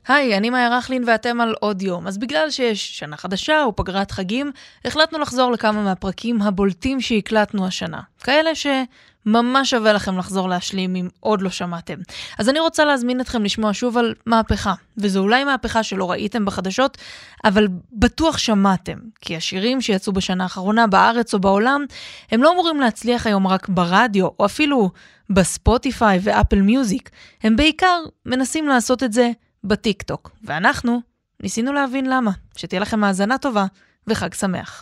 היי, אני מאיה רכלין ואתם על עוד יום. אז בגלל שיש שנה חדשה או פגרת חגים, החלטנו לחזור לכמה מהפרקים הבולטים שהקלטנו השנה. כאלה שממש שווה לכם לחזור להשלים אם עוד לא שמעתם. אז אני רוצה להזמין אתכם לשמוע שוב על מהפכה. וזו אולי מהפכה שלא ראיתם בחדשות, אבל בטוח שמעתם. כי השירים שיצאו בשנה האחרונה בארץ או בעולם, הם לא אמורים להצליח היום רק ברדיו, או אפילו בספוטיפיי ואפל מיוזיק. הם בעיקר מנסים לעשות את זה בטיק-טוק, ואנחנו ניסינו להבין למה. שתהיה לכם האזנה טובה וחג שמח.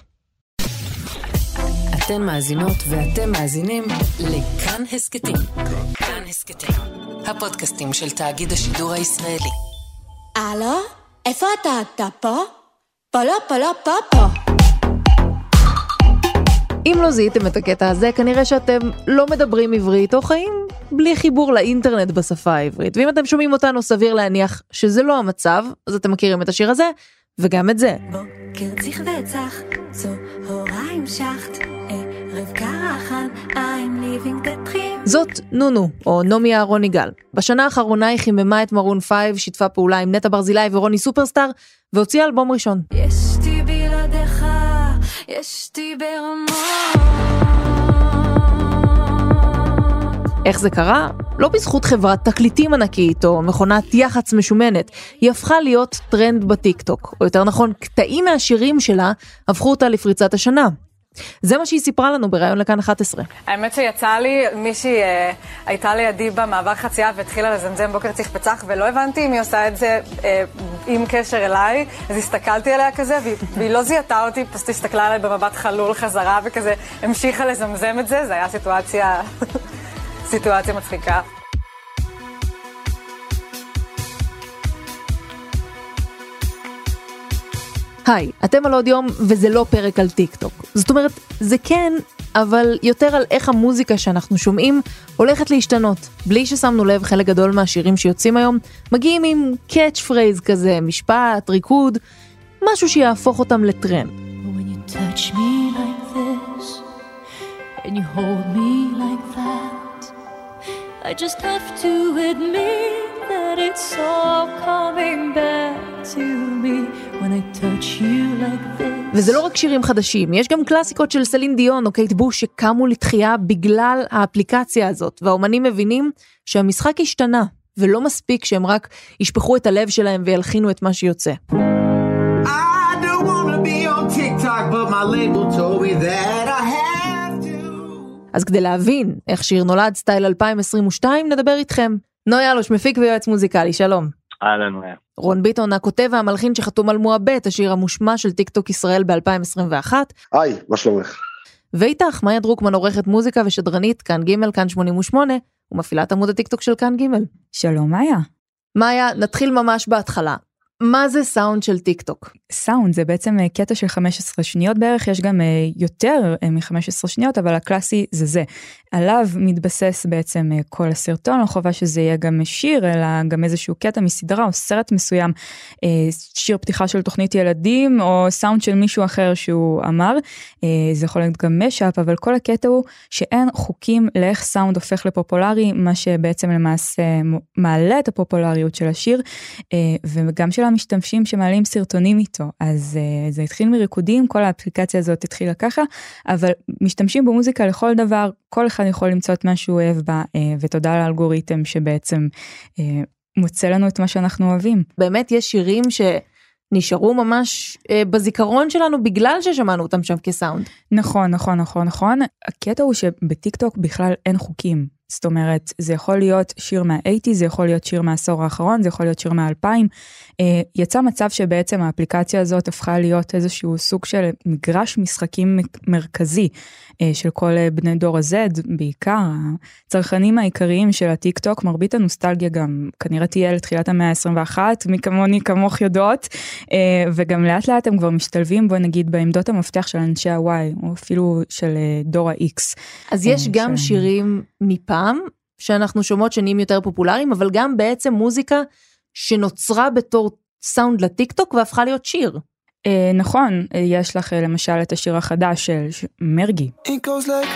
אתן מאזינות ואתם מאזינים לכאן הסקטים. כאן הסקטים, הפודקאסטים של תאגיד השידור הישראלי. הלו? איפה אתה פה? פה. אם לא זיהיתם את הקטע הזה, כנראה שאתם לא מדברים עברית או חיים בלי חיבור לאינטרנט בשפה העברית. ואם אתם שומעים אותנו, סביר להניח שזה לא המצב, אז אתם מכירים את השיר הזה, וגם את זה. בוקר צריך וצח, צהריים שחט, ערב קרחן, I'm living the dream. זאת נונו, או נומי אהרון יגאל. בשנה האחרונה היא חיממה את מרון 5, שיתפה פעולה עם נטע ברזילי ורוני סופרסטאר, והוציאה אלבום ראשון. ישתי בלעדיך, ישתי ברמות. איך זה קרה? לא בזכות חברת תקליטים ענקית או מכונת יח"צ משומנת. היא הפכה להיות טרנד בטיק-טוק, או יותר נכון, קטעים מהשירים שלה הפכו אותה לפריצת השנה. זה מה שהיא סיפרה לנו בראיון לכאן 11. האמת שיצא לי, מישהי הייתה לידי במעבר חצייה והתחילה לזמזם בוקר צריך פצח, ולא הבנתי אם היא עושה את זה עם קשר אליי, אז הסתכלתי עליה כזה, והיא לא זיהתה אותי, פשוט הסתכלה עליי במבט חלול חזרה, וכזה המשיכה לזמזם את זה, זה היה סיטואציה מצחיקה. היי, אתם על עוד יום וזה לא פרק על טיק-טוק. זאת אומרת, זה כן, אבל יותר על איך המוזיקה שאנחנו שומעים הולכת להשתנות. בלי ששמנו לב, חלק גדול מהשירים שיוצאים היום מגיעים עם קאץ' פרייז כזה, משפט, ריקוד, משהו שיהפוך אותם לטרנד. When you touch me like this and you hold me like that, I just have to admit that it's all coming back to me when I touch you like this. וזה לא רק שירים חדשים, יש גם קלאסיקות של סלין דיון או קייט בוש שקמו לתחייה בגלל האפליקציה הזאת, והאומנים מבינים שהמשחק השתנה, ולא מספיק שהם רק ישפכו את הלב שלהם וילחינו את מה שיוצא. I don't want to be on TikTok, but my label told me that I have to. אז כדי להבין איך שיר נולד סטייל 2022, נדבר איתכם. נוי אלוש, מפיק ויועץ מוזיקלי, שלום. אהלן, נויה. רון ביטון, הכותב והמלחין שחתום על מועבט, השיר המושמע של טיקטוק ישראל ב-2021. היי, מה שלומך? ואיתך, מאיה דרוקמן, עורכת מוזיקה ושדרנית, כאן ג' כאן 88, ומפעילת עמוד הטיקטוק של כאן ג'. שלום, מאיה. מאיה, נתחיל ממש בהתחלה. מה זה סאונד של טיקטוק? סאונד זה בעצם קטע של 15 שניות בערך, יש גם יותר מ-15 שניות, אבל הקלאסי זה. עליו מתבסס בעצם כל הסרטון, לא חובה שזה יהיה גם שיר, אלא גם איזשהו קטע מסדרה או סרט מסוים, שיר פתיחה של תוכנית ילדים, או סאונד של מישהו אחר שהוא אמר, זה יכול להיות גם משאפ, אבל כל הקטע הוא שאין חוקים לאיך סאונד הופך לפופולרי, מה שבעצם למעשה מעלה את הפופולריות של השיר, וגם של המשתמשים שמעלים סרטונים איתו, אז זה התחיל מריקודים, כל האפליקציה הזאת התחילה ככה, אבל משתמשים במוזיקה לכל דבר, כל אחד יכול למצוא את מה שהוא אוהב בה, ותודה לאלגוריתם שבעצם מוצא לנו את מה שאנחנו אוהבים. באמת יש שירים שנשארו ממש בזיכרון שלנו, בגלל ששמענו אותם שם כסאונד. נכון. הקטע הוא שבטיקטוק בכלל אין חוקים. זאת אומרת, זה יכול להיות שיר מה-80, זה יכול להיות שיר מהעשור האחרון, זה יכול להיות שיר מה-2000. יצא מצב שבעצם האפליקציה הזאת הפכה להיות איזשהו סוג של מגרש משחקים מרכזי של כל בני דור ה-Z, בעיקר הצרכנים העיקריים של הטיקטוק, מרבית הנוסטלגיה גם כנראה תהיה לתחילת המאה ה-21, מי כמוני כמוך יודעות, וגם לאט לאט הם כבר משתלבים, בוא נגיד, בעמדות המפתח של אנשי ה-Y, או אפילו של דור ה-X. אז יש גם שירים מפעם, שאנחנו שומעות שנהיים יותר פופולריים, אבל גם בעצם מוזיקה שנוצרה בתור סאונד לטיקטוק, והפכה להיות שיר. נכון, יש לך למשל את השיר החדש של מרגי. It goes like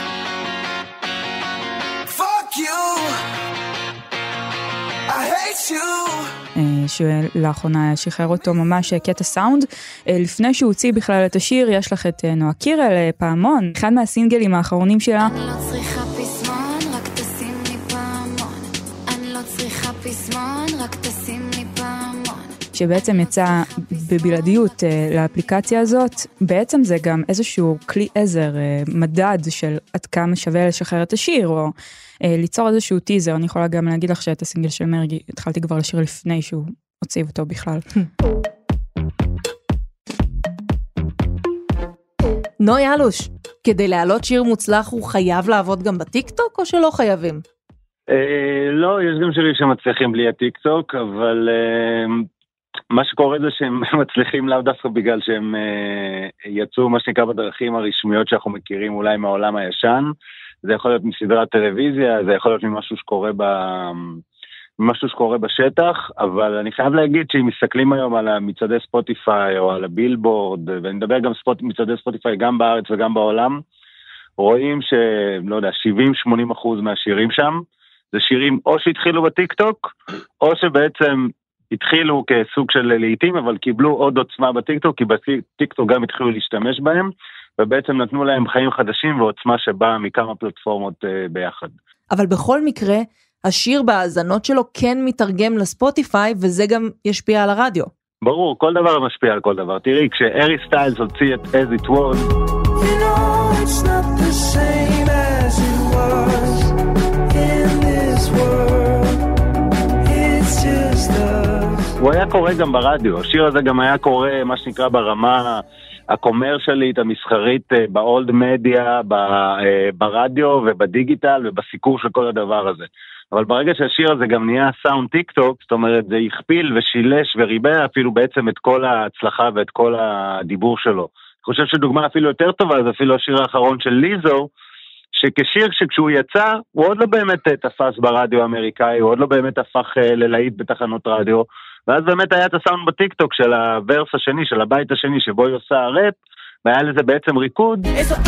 Fuck you I hate you שלאחרונה שחרר אותו ממש קטע סאונד. לפני שהוא הוציא בכלל את השיר, יש לך את נועה קירל, פעמון, אחד מהסינגלים האחרונים שלה. אני לא צריכה פסמון, רק תשים לי פעמון. אני לא צריכה פסמון, רק תשים לי פעמון. שבעצם יצא בבלעדיות לאפליקציה הזאת. בעצם זה גם איזשהו כלי עזר, מדד של עד כמה שווה לשחרר את השיר, או ליצור איזשהו טיזר. אני יכולה גם להגיד לך שאת הסינגל של מרגי התחלתי כבר לשיר לפני שהוא הוציא אותו בכלל. נוי אלוש, כדי להעלות שיר מוצלח הוא חייב לעבוד גם בטיקטוק או שלא חייבים? לא, יש גם שירים שמצליחים בלי הטיקטוק, אבל מה שקורה זה שהם מצליחים לאו דווקא בגלל שהם יצאו מה שנקרא בדרכים הרשמיות שאנחנו מכירים אולי מהעולם הישן. זה יכול להיות מסדרת טלוויזיה, זה יכול להיות ממשהו שקורה בשטח, אבל אני חייב להגיד שאם מסתכלים היום על מצעדי ספוטיפיי או על הבילבורד, ואני מדבר גם מצעדי ספוטיפיי גם בארץ וגם בעולם, רואים שלא יודע, 70-80% מהשירים שם, זה שירים או שהתחילו בטיקטוק, או שבעצם התחילו כסוג של לעיתים, אבל קיבלו עוד עוצמה בטיקטוק, כי בטיקטוק גם התחילו להשתמש בהם, ובעצם נתנו להם חיים חדשים ועוצמה שבאה מכמה פלטפורמות ביחד. אבל בכל מקרה, השיר בהאזנות שלו כן מתרגם לספוטיפיי, וזה גם ישפיע על הרדיו. ברור, כל דבר משפיע על כל דבר. תראי, כשארי סטיילס הוציא את As It Was, You know it's not the same as it was in this world. It's just us. הוא היה קורא גם ברדיו. השיר הזה גם היה קורא, מה שנקרא, ברמה הקומרשלית, המסחרית, באולד מדיה, ברדיו ובדיגיטל ובסיקור של כל הדבר הזה. אבל ברגע שהשיר הזה גם נהיה סאונד טיקטוק, זאת אומרת, זה הכפיל ושילש וריבע אפילו בעצם את כל ההצלחה ואת כל הדיבור שלו. אני חושב שדוגמה אפילו יותר טובה, זה אפילו השיר האחרון של ליזו, שכשיר שכשהוא יצא, הוא עוד לא באמת תפס ברדיו האמריקאי, הוא עוד לא באמת הפך ללהיט בתחנות רדיו, ואז באמת היה את הסאונד בטיקטוק של הוורס השני, של הבית השני, שבו היא עושה ראפ, והיה לזה בעצם ריקוד.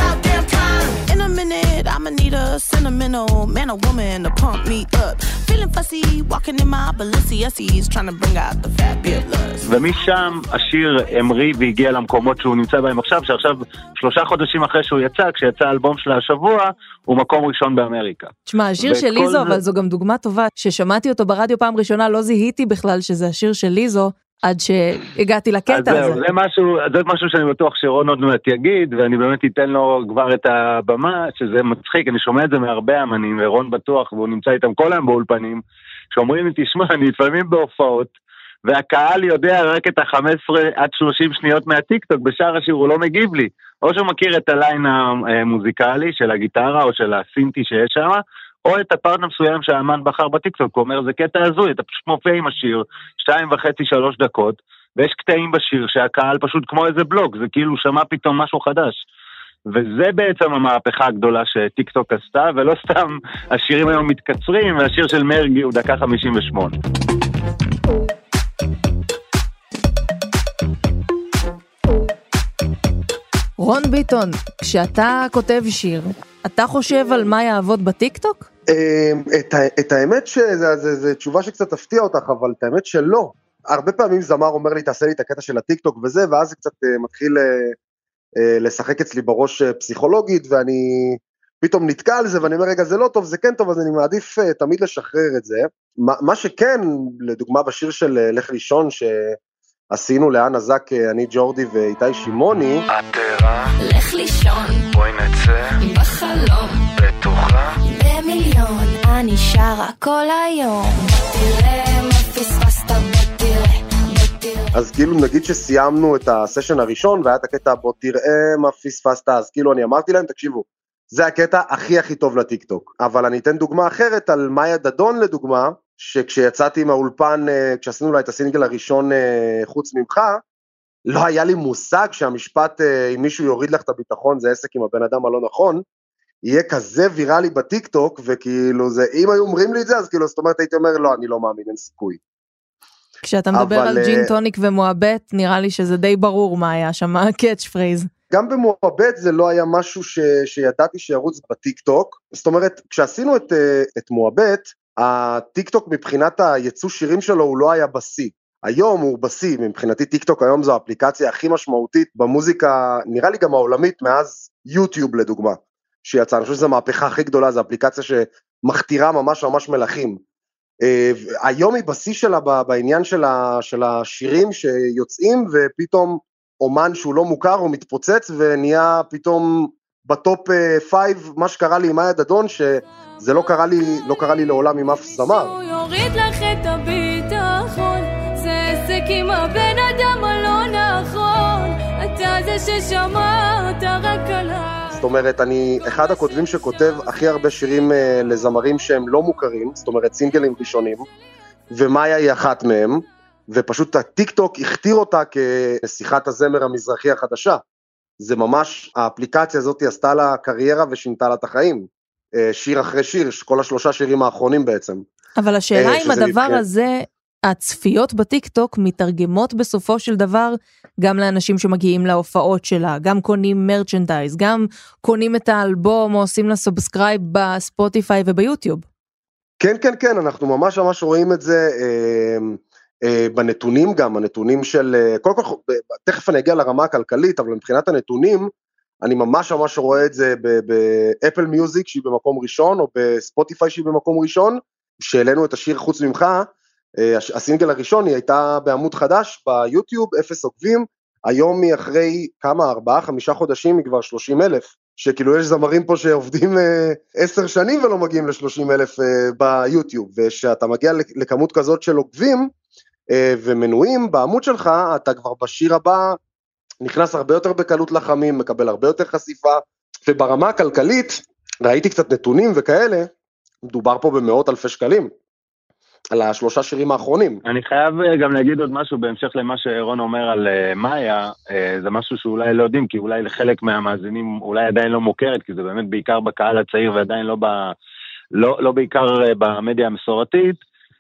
In a minute, I'ma need a sentimental man or woman to pump me up. Feeling fussy, walking in my Balenciennes, trying to bring out the fabulous. ומשם השיר המריא והגיע למקומות שהוא נמצא בהם עכשיו, שעכשיו 3 חודשים אחרי שהוא יצא, כשיצא האלבום שלה השבוע, הוא מקום ראשון באמריקה. תשמע, השיר של ליזו, אבל זו גם דוגמה טובה, ששמעתי אותו ברדיו פעם ראשונה, לא זיהיתי בכלל שזה השיר של ליזו, עד שהגעתי לקטע הזה. זה משהו שאני בטוח שרון עוד מעט יגיד, ואני באמת אתן לו כבר את הבמה, שזה מצחיק, אני שומע את זה מהרבה אמנים, ורון בטוח, והוא נמצא איתם כל היום באולפנים, שאומרים לי, תשמע, אני לפעמים בהופעות, והקהל יודע רק את ה-15 עד 30 שניות מהטיקטוק, בשאר השיר הוא לא מגיב לי, או שהוא מכיר את הליין המוזיקלי של הגיטרה, או של הסינטי שיש שם, או את הפארט מסוים שהאמן בחר בטיקטוק, הוא אומר, זה קטע הזוי, אתה פשוט מופיע עם השיר, 2.5-3 דקות, ויש קטעים בשיר שהקהל פשוט כמו איזה בלוג, זה כאילו שמע פתאום משהו חדש. וזה בעצם המהפכה הגדולה שטיקטוק עשתה, ולא סתם השירים היום מתקצרים, והשיר של מרגי הוא 1:58. רון ביטון, כשאתה כותב שיר, אתה חושב על מה יעבוד בטיקטוק? את האמת שזו תשובה שקצת תפתיע אותך, אבל את האמת שלא. הרבה פעמים זמר אומר לי, תעשה לי את הקטע של הטיקטוק וזה, ואז זה קצת מתחיל לשחק אצלי בראש פסיכולוגית, ואני פתאום נתקע על זה, ואני אומר, רגע, זה לא טוב, זה כן טוב, אז אני מעדיף תמיד לשחרר את זה. מה שכן, לדוגמה בשיר של לך לישון, שעשינו לאן הזק, אני ג'ורדי ואיתי שימוני. את ערה, לך לישון, בואי נצא, בחלום, בטוחה, במיליון, אני שרה כל היום. תראה מה פספסת, תראה. אז כאילו נגיד שסיימנו את הסשן הראשון, והיה את הקטע בוא תראה מה פספסת, אז כאילו אני אמרתי להם, תקשיבו, זה הקטע הכי טוב לטיקטוק. אבל אני אתן דוגמה אחרת על מאיה דדון לדוגמה, שכשיצאתי מהאולפן, כשעשינו לה את הסינגל הראשון חוץ ממך, לא היה לי מושג שהמשפט, אם מישהו יוריד לך את הביטחון, זה עסק עם הבן אדם הלא נכון, יהיה כזה ויראלי בטיקטוק, וכאילו זה, אם היו אומרים לי את זה, אז כאילו, זאת אומרת, הייתי אומר, לא, אני לא מאמין, אין סיכוי. כשאתה מדבר על ג'ין טוניק ומועבט, נראה לי שזה די ברור מה היה שם, הקאץ' פרייז. גם במועבט זה לא היה משהו שידעתי שירוץ בטיקטוק, זאת אומרת, כשעשינו את מועבט, הטיקטוק מבחינת היצוא שירים שלו הוא לא היה בסי, היום הוא בשיא, מבחינתי טיק טוק היום זו האפליקציה הכי משמעותית במוזיקה, נראה לי גם העולמית, מאז יוטיוב לדוגמה, שיצא, אני חושב שזו המהפכה הכי גדולה, זו אפליקציה שמכתירה ממש ממש מלכים. היום היא בשיא שלה בעניין של השירים שיוצאים, ופתאום אומן שהוא לא מוכר, הוא מתפוצץ ונהיה פתאום בטופ 5, מה שקרה לי עם מאיה דדון, שזה לא קרה לי לעולם עם אף זמר. הוא יוריד לך את הביטחון, זה עסק עם הבן אדם הלא נכון, אתה זה ששמעת רק עליו. זאת אומרת, אני אחד הכותבים שכותב הכי הרבה שירים לזמרים שהם לא מוכרים, זאת אומרת סינגלים ראשונים, ומאיה היא אחת מהם, ופשוט הטיק טוק הכתיר אותה כשיחת הזמר המזרחי החדשה. זה ממש, האפליקציה הזאת עשתה לה קריירה ושינתה לה את החיים. שיר אחרי שיר, כל 3 שירים האחרונים בעצם. אבל השאלה אם הדבר הזה, הצפיות בטיק טוק מתרגמות בסופו של דבר גם לאנשים שמגיעים להופעות שלה, גם קונים מרצ'נדייז, גם קונים את האלבום או עושים לה סובסקרייב בספוטיפיי וביוטיוב. כן, כן, כן, אנחנו ממש ממש רואים את זה בנתונים גם, הנתונים של, קודם כל, תכף אני אגיע לרמה הכלכלית, אבל מבחינת הנתונים, אני ממש ממש רואה את זה באפל מיוזיק שהיא במקום ראשון, או בספוטיפיי שהיא במקום ראשון, שהעלינו את השיר חוץ ממך, הסינגל הראשון היא הייתה בעמוד חדש ביוטיוב, 0 עוקבים, היום היא אחרי כמה, 4-5 חודשים היא כבר 30,000, שכאילו יש זמרים פה שעובדים 10 שנים ולא מגיעים ל-30,000 ביוטיוב, ושאתה מגיע לכמות כזאת של עוקבים ומנויים בעמוד שלך, אתה כבר בשיר הבא נכנס הרבה יותר בקלות לחמים, מקבל הרבה יותר חשיפה, וברמה הכלכלית, ראיתי קצת נתונים וכאלה, מדובר פה במאות אלפי שקלים, על 3 שירים האחרונים. אני חייב גם להגיד עוד משהו בהמשך למה שרון אומר על מאיה, זה משהו שאולי לא יודעים, כי אולי לחלק מהמאזינים אולי עדיין לא מוכרת, כי זה באמת בעיקר בקהל הצעיר ועדיין לא בעיקר במדיה המסורתית,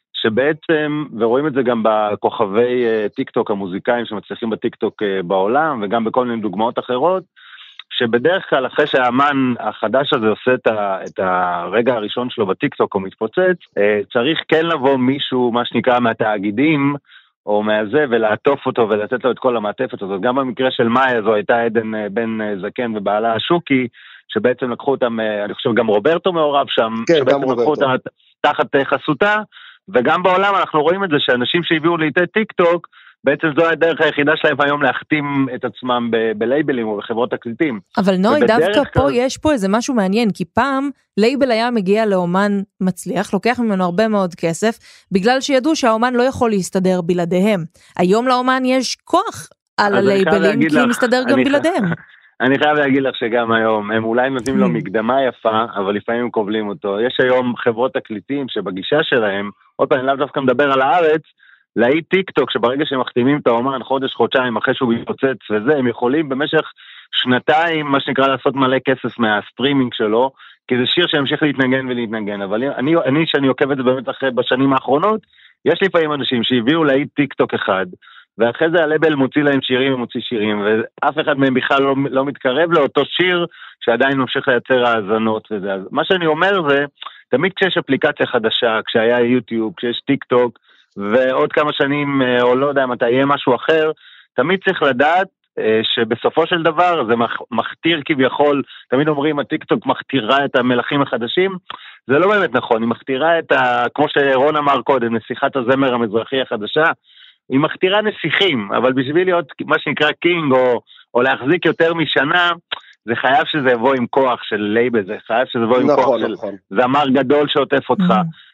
שבעצם, ורואים את זה גם בכוכבי טיק טוק המוזיקאים שמצליחים בטיק טוק בעולם, וגם בכל מיני דוגמאות אחרות, שבדרך כלל אחרי שהאמן החדש הזה עושה את הרגע הראשון שלו בטיקטוק או מתפוצץ, צריך כן לבוא מישהו, מה שנקרא, מהתאגידים, או מהזה, ולעטוף אותו ולתת לו את כל המעטפת הזאת. גם במקרה של מאיה, זו הייתה עדן בן זקן ובעלה השוקי, שבעצם לקחו אותם, אני חושב גם רוברטו מעורב שם, כן, שבעצם לקחו אותם תחת חסותה, וגם בעולם אנחנו רואים את זה, שאנשים שהביאו ליטי טיקטוק, בעצם זו הדרך היחידה שלהם היום להחתים את עצמם בלייבלים או בחברות תקליטים. אבל נוי, דווקא פה יש פה איזה משהו מעניין, כי פעם לייבל היה מגיע לאומן מצליח, לוקח ממנו הרבה מאוד כסף, בגלל שידעו שהאומן לא יכול להסתדר בלעדיהם. היום לאומן יש כוח על הלייבלים, כי הוא מסתדר גם בלעדיהם. אני חייב להגיד לך שגם היום, הם אולי נותנים לו מקדמה יפה, אבל לפעמים הם קובלים אותו. יש היום חברות תקליטים שבגישה שלהם, עוד פעם, לאו דווקא מדבר על הארץ, להיט טיק טוק, שברגע שהם מחתימים את האומן חודש, חודשיים, אחרי שהוא מתפוצץ וזה, הם יכולים במשך 2 מה שנקרא לעשות מלא כסף מהסטרימינג שלו, כי זה שיר שהמשיך להתנגן ולהתנגן, אבל שאני עוקב את זה באמת אחרי בשנים האחרונות, יש לפעמים אנשים שהביאו להיט טיק טוק אחד, ואחרי זה הלבל מוציא להם שירים ומוציא שירים, ואף אחד מהם בכלל לא מתקרב לאותו שיר, שעדיין ממשיך לייצר האזנות וזה. אז מה שאני אומר זה, תמיד כשיש אפליקציה חדשה, כשהיה יוטיוב, כשיש טיק טוק, ועוד כמה שנים, או לא יודע מתי יהיה משהו אחר, תמיד צריך לדעת שבסופו של דבר זה מכתיר כביכול, תמיד אומרים הטיקטוק מכתירה את המלכים החדשים, זה לא באמת נכון, היא מכתירה כמו שרון אמר קודם, נסיכת הזמר המזרחי החדשה, היא מכתירה נסיכים, אבל בשביל להיות מה שנקרא קינג, או להחזיק יותר משנה, זה חייב שזה יבוא עם כוח של לייבל, זה חייב שזה יבוא עם כוח של זמר גדול שעוטף אותך,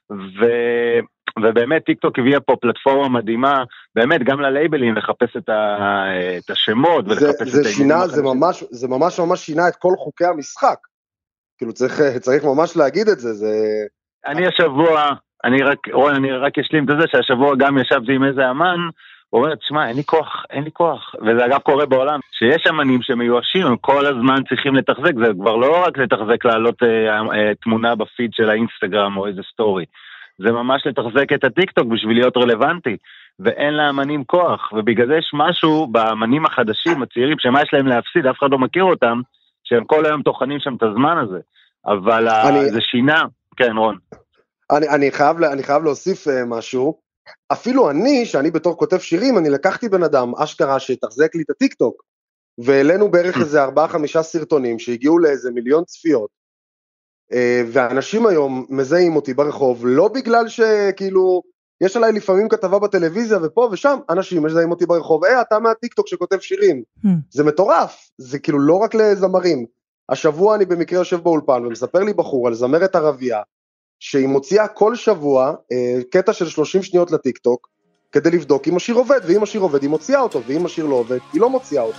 ובאמת טיקטוק הביאה פה פלטפורמה מדהימה, באמת גם ללייבלים לחפש את השמות ולחפש את העניינים. זה ממש שינה את כל חוקי המשחק, כאילו צריך ממש להגיד את זה. אני השבוע, אני רק אשלים את זה, שהשבוע גם ישבתי עם איזה אמן, הוא אומר, תשמע, אין לי כוח, וזה אגב קורה בעולם, שיש אמנים שמיואשים, הם כל הזמן צריכים לתחזק, זה כבר לא רק לתחזק לעלות תמונה בפיד של האינסטגרם או איזה סטורי, זה ממש לתחזק את הטיקטוק בשביל להיות רלוונטי, ואין לאמנים כוח, ובגלל זה יש משהו באמנים החדשים, הצעירים, שמה יש להם להפסיד, אף אחד לא מכיר אותם, שהם כל היום תוכנים שם את הזמן הזה, אבל זה שינה, כן רון. אני חייב להוסיף משהו, אפילו אני, שאני בתור כותב שירים, אני לקחתי בן אדם, אשכרה, שתחזק לי את הטיקטוק, והעלינו בערך איזה 4-5 סרטונים, שהגיעו לאיזה 1,000,000 צפיות, ואנשים היום מזהים אותי ברחוב, לא בגלל שכאילו, יש עליי לפעמים כתבה בטלוויזיה, ופה ושם, אנשים מזהים אותי ברחוב, אתה מהטיקטוק שכותב שירים, זה מטורף, זה כאילו לא רק לזמרים, השבוע אני במקרה יושב באולפן, ומספר לי בחור על זמרת ערבייה, שהיא מוציאה כל שבוע קטע של 30 שניות לטיקטוק, כדי לבדוק אם השיר עובד, ואם השיר עובד היא מוציאה אותו, ואם השיר לא עובד היא לא מוציאה אותו.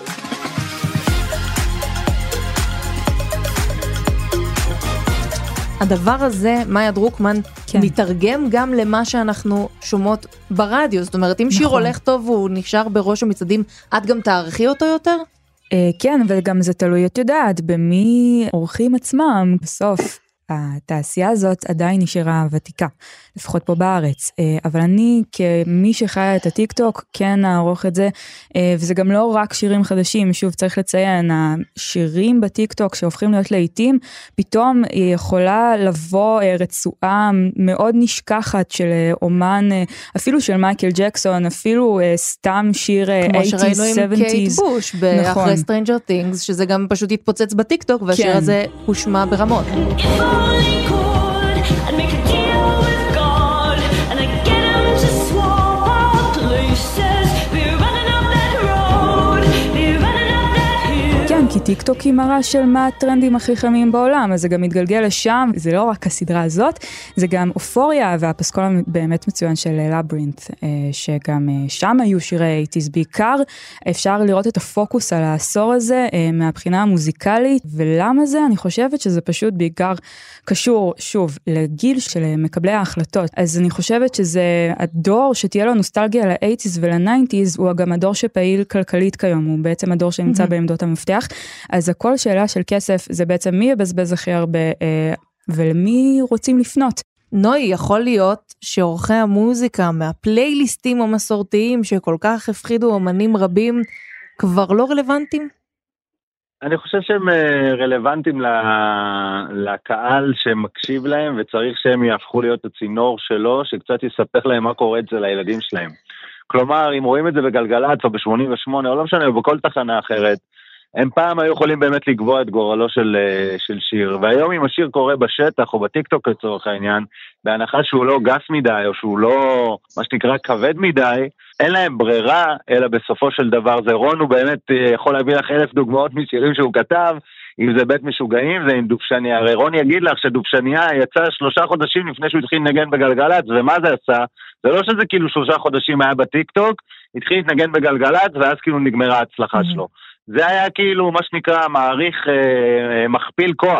הדבר הזה, מאיה דרוקמן, מתרגם גם למה שאנחנו שומעות ברדיו, זאת אומרת, אם שיר הולך טוב והוא נשאר בראש המצעדים, את גם תערכי אותו יותר? כן, וגם זה תלוי, את יודעת, במי עורכים עצמם בסוף. התעשייה הזאת עדיין נשארה ותיקה, לפחות פה בארץ, אבל אני כמי שחיה את הטיקטוק כן אערוך את זה, וזה גם לא רק שירים חדשים, שוב צריך לציין, השירים בטיקטוק שהופכים להיות לעיתים, פתאום היא יכולה לבוא רצועה מאוד נשכחת של אומן, אפילו של מייקל ג'קסון, אפילו סתם שיר 80s, 70s. כמו שראינו עם קייט בוש, אחרי Stranger Things, שזה גם פשוט התפוצץ בטיקטוק, והשיר הזה הושמע ברמות. I'd make a deal with God and I'd get him to swap our places. We're running up that road, we're running up that hill. כן, כי טיקטוק היא מראה של מה הטרנדים הכי חמים בעולם, אז זה גם מתגלגל לשם, זה לא רק הסדרה הזאת, זה גם אופוריה והפסקול באמת מצוין של לברינט, שגם שם היו שירי 80s בעיקר, אפשר לראות את הפוקוס על העשור הזה מהבחינה המוזיקלית, ולמה זה? אני חושבת שזה פשוט בעיקר קשור, שוב, לגיל של מקבלי ההחלטות, אז אני חושבת שזה הדור שתהיה לו נוסטלגיה ל-80s ול-90s, הוא גם הדור שפעיל כלכלית כיום, הוא בעצם הדור שנמצא בעמדות המפתח, אז הכל שאלה של כסף, זה בעצם מי יבזבז הכי הרבה, ולמי רוצים לפנות. נוי, יכול להיות שעורכי המוזיקה מהפלייליסטים המסורתיים שכל כך הפחידו אומנים רבים כבר לא רלוונטיים? אני חושב שהם רלוונטיים לקהל שמקשיב להם, וצריך שהם יהפכו להיות הצינור שלו, שקצת יספר להם מה קורה אצל הילדים שלהם. כלומר, אם רואים את זה בגלגלצ או ב-88, או לא משנה, או בכל תחנה אחרת, הם פעם היו יכולים באמת לקבוע את גורלו של שיר, והיום אם השיר קורה בשטח או בטיקטוק לצורך העניין, בהנחה שהוא לא גס מדי, או שהוא לא, מה שנקרא, כבד מדי, אין להם ברירה, אלא בסופו של דבר זה. רון הוא באמת יכול להביא לך 1,000 דוגמאות משירים שהוא כתב, אם זה בית משוגעים, זה עם דובשניה. הרי רון יגיד לך שדובשניה יצא 3 חודשים לפני שהוא התחיל לנגן בגלגלצ, ומה זה עשה? זה לא שזה כאילו 3 חודשים היה בטיקטוק, התחיל להתנגן בגלגלצ, ואז כאילו נגמרה ההצלחה שלו. זה היה כאילו מה שנקרא מעריך מכפיל כוח.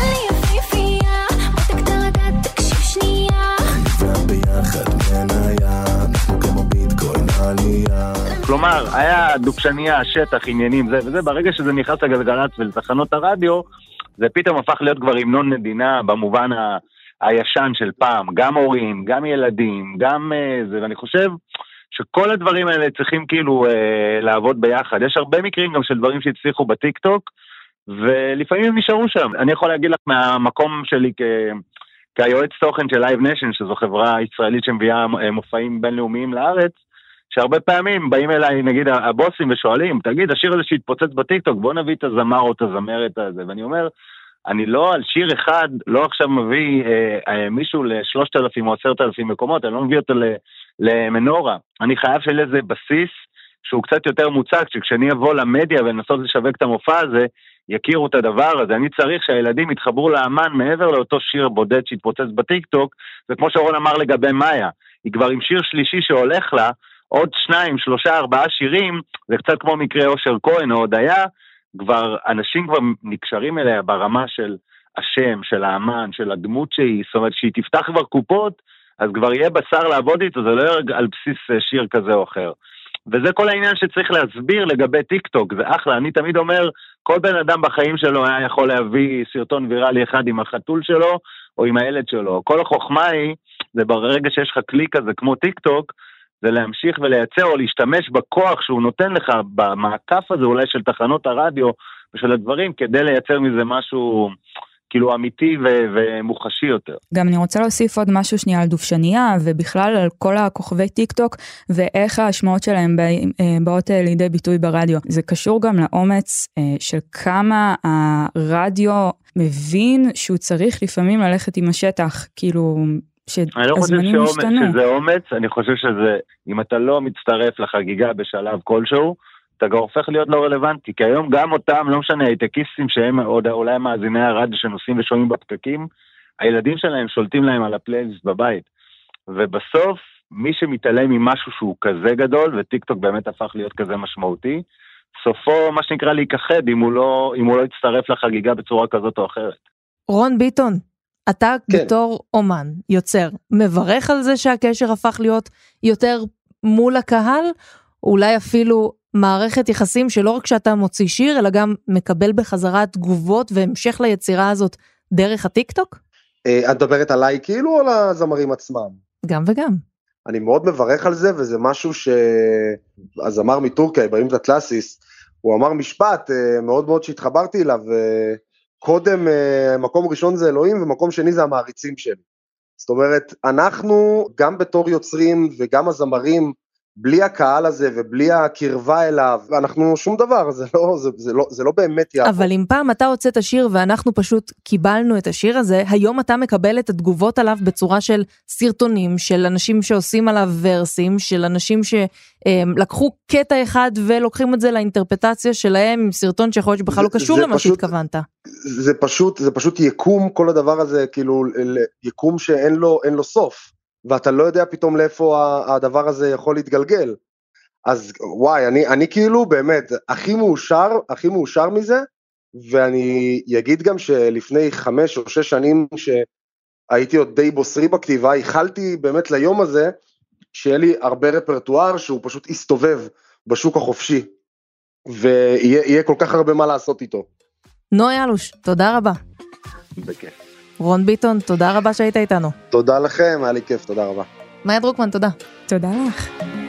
כלומר, היה דוקשניה, שטח, עניינים, זה וזה, ברגע שזה נכנס לגלגלצ ולתחנות הרדיו, זה פתאום הפך להיות כבר המנון מדינה במובן הישן של פעם, גם הורים, גם ילדים, גם זה, ואני חושב שכל הדברים האלה צריכים כאילו לעבוד ביחד. יש הרבה מקרים גם של דברים שהצליחו בטיקטוק, ולפעמים הם נשארו שם. אני יכול להגיד לך מהמקום שלי כיועץ תוכן של Live Nation, שזו חברה ישראלית שמביאה מופעים בינלאומיים לארץ, שהרבה פעמים באים אליי, נגיד, הבוסים ושואלים, תגיד, השיר הזה שהתפוצץ בטיקטוק, בוא נביא את הזמר או את הזמרת הזה. ואני אומר, אני לא על שיר אחד, לא עכשיו מביא מישהו ל3,000 או 10,000 מקומות, אני לא מביא אותו למנורה. אני חייב של איזה בסיס שהוא קצת יותר מוצג, שכשאני אבוא למדיה ולנסות לשווק את המופע הזה, יכירו את הדבר הזה. אני צריך שהילדים יתחברו לאמן מעבר לאותו שיר בודד שהתפוצץ בטיקטוק, וכמו שרון אמר לגבי מאיה, היא כבר עם שיר שלישי שהולך לה, עוד 2, 3, 4 שירים, זה קצת כמו מקרה אושר כהן או הודיה, כבר אנשים כבר נקשרים אליה ברמה של השם, של האמן, של הדמות שהיא, זאת אומרת שהיא תפתח כבר קופות, אז כבר יהיה בשר לעבוד איתו, זה לא יהיה על בסיס שיר כזה או אחר. וזה כל העניין שצריך להסביר לגבי טיקטוק, זה אחלה, אני תמיד אומר, כל בן אדם בחיים שלו היה יכול להביא סרטון ויראלי אחד עם החתול שלו, או עם הילד שלו. כל החוכמה היא, זה ברגע שיש לך כלי כזה כמו טיקטוק, זה להמשיך ולייצר או להשתמש בכוח שהוא נותן לך במעקף הזה אולי של תחנות הרדיו ושל הדברים, כדי לייצר מזה משהו כאילו אמיתי ומוחשי יותר. גם אני רוצה להוסיף עוד משהו שנייה על דופשניה, ובכלל על כל הכוכבי טיק טוק, ואיך ההשמעות שלהם באות לידי ביטוי ברדיו. זה קשור גם לאומץ של כמה הרדיו מבין שהוא צריך לפעמים ללכת עם השטח, כאילו אני לא חושב שזה אומץ, אני חושב שזה, אם אתה לא מצטרף לחגיגה בשלב כלשהו, אתה גם הופך להיות לא רלוונטי, כי היום גם אותם, לא משנה, הייטקיסטים שהם אולי מאזיני הרדיו שנוסעים ושומעים בפקקים, הילדים שלהם שולטים להם על הפלייליסט בבית, ובסוף מי שמתעלם ממשהו שהוא כזה גדול, וטיק טוק באמת הפך להיות כזה משמעותי, סופו מה שנקרא להיכחד אם הוא לא יצטרף לחגיגה בצורה כזאת או אחרת. רון ביטון, אתה בתור אומן, יוצר, מברך על זה שהקשר הפך להיות יותר מול הקהל, אולי אפילו מערכת יחסים שלא רק שאתה מוציא שיר, אלא גם מקבל בחזרה תגובות והמשך ליצירה הזאת דרך הטיק-טוק? את מדברת עליי כאילו או על הזמרים עצמם? גם וגם. אני מאוד מברך על זה, וזה משהו שהזמר מטורקיה, אברהים זטלסיס, הוא אמר משפט מאוד מאוד שהתחברתי אליו, קודם מקום ראשון זה אלוהים, ומקום שני זה המעריצים שלי. זאת אומרת, אנחנו גם בתור יוצרים וגם הזמרים, בלי הקהל הזה ובלי הקרבה אליו, אנחנו שום דבר, זה לא באמת יעבור. אבל אם פעם אתה הוצאת השיר ואנחנו פשוט קיבלנו את השיר הזה, היום אתה מקבל את התגובות עליו בצורה של סרטונים, של אנשים שעושים עליו ורסים, של אנשים שלקחו קטע אחד ולוקחים את זה לאינטרפטציה שלהם עם סרטון שיכול להיות שבכלל לא קשור למה שהתכוונת. זה פשוט יקום, כל הדבר הזה, כאילו יקום שאין לו סוף. ואתה לא יודע פתאום לאיפה הדבר הזה יכול להתגלגל. אז וואי, אני כאילו באמת הכי מאושר מזה, ואני אגיד גם שלפני 5 או 6 שנים שהייתי עוד די בוסרי בכתיבה, החלתי באמת ליום הזה, שיהיה לי הרבה רפרטואר שהוא פשוט יסתובב בשוק החופשי, ויהיה כל כך הרבה מה לעשות איתו. נוי אלוש, תודה רבה. בכיף. רון ביטון, תודה רבה שהיית איתנו. תודה לכם, היה לי כיף, תודה רבה. מאיה דרוקמן, תודה. תודה לך.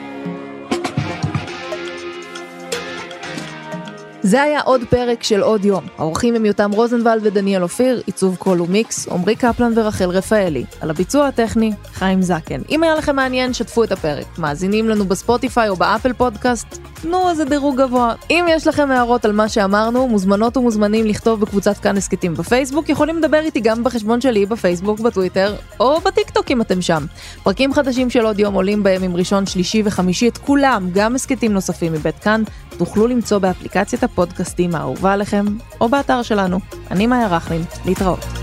זה היה עוד פרק של עוד יום. האורחים הם יותם רוזנבלד ודניאל אופיר, עיצוב קול ומיקס, עמרי קפלן ורחל רפאלי. על הביצוע הטכני, חיים זקן. אם היה לכם מעניין, שתפו את הפרק. מאזינים לנו בספוטיפיי או באפל פודקאסט, נו, איזה דירוג גבוה. אם יש לכם הערות על מה שאמרנו, מוזמנות ומוזמנים לכתוב בקבוצת כאן הסקטים בפייסבוק, יכולים לדבר איתי גם בחשבון שלי בפייסבוק, בטוויטר, או בטיקטוק אם אתם שם. פרקים חדשים של עוד יום עולים בהם עם ראשון, שלישי וחמישי, את כולם, גם הסקטים נוספים מבית כאן, תוכלו למצוא באפליקציית הפודקאסטים האהובה עליכם, או באתר שלנו. אני מאיה רכלין, להתראות.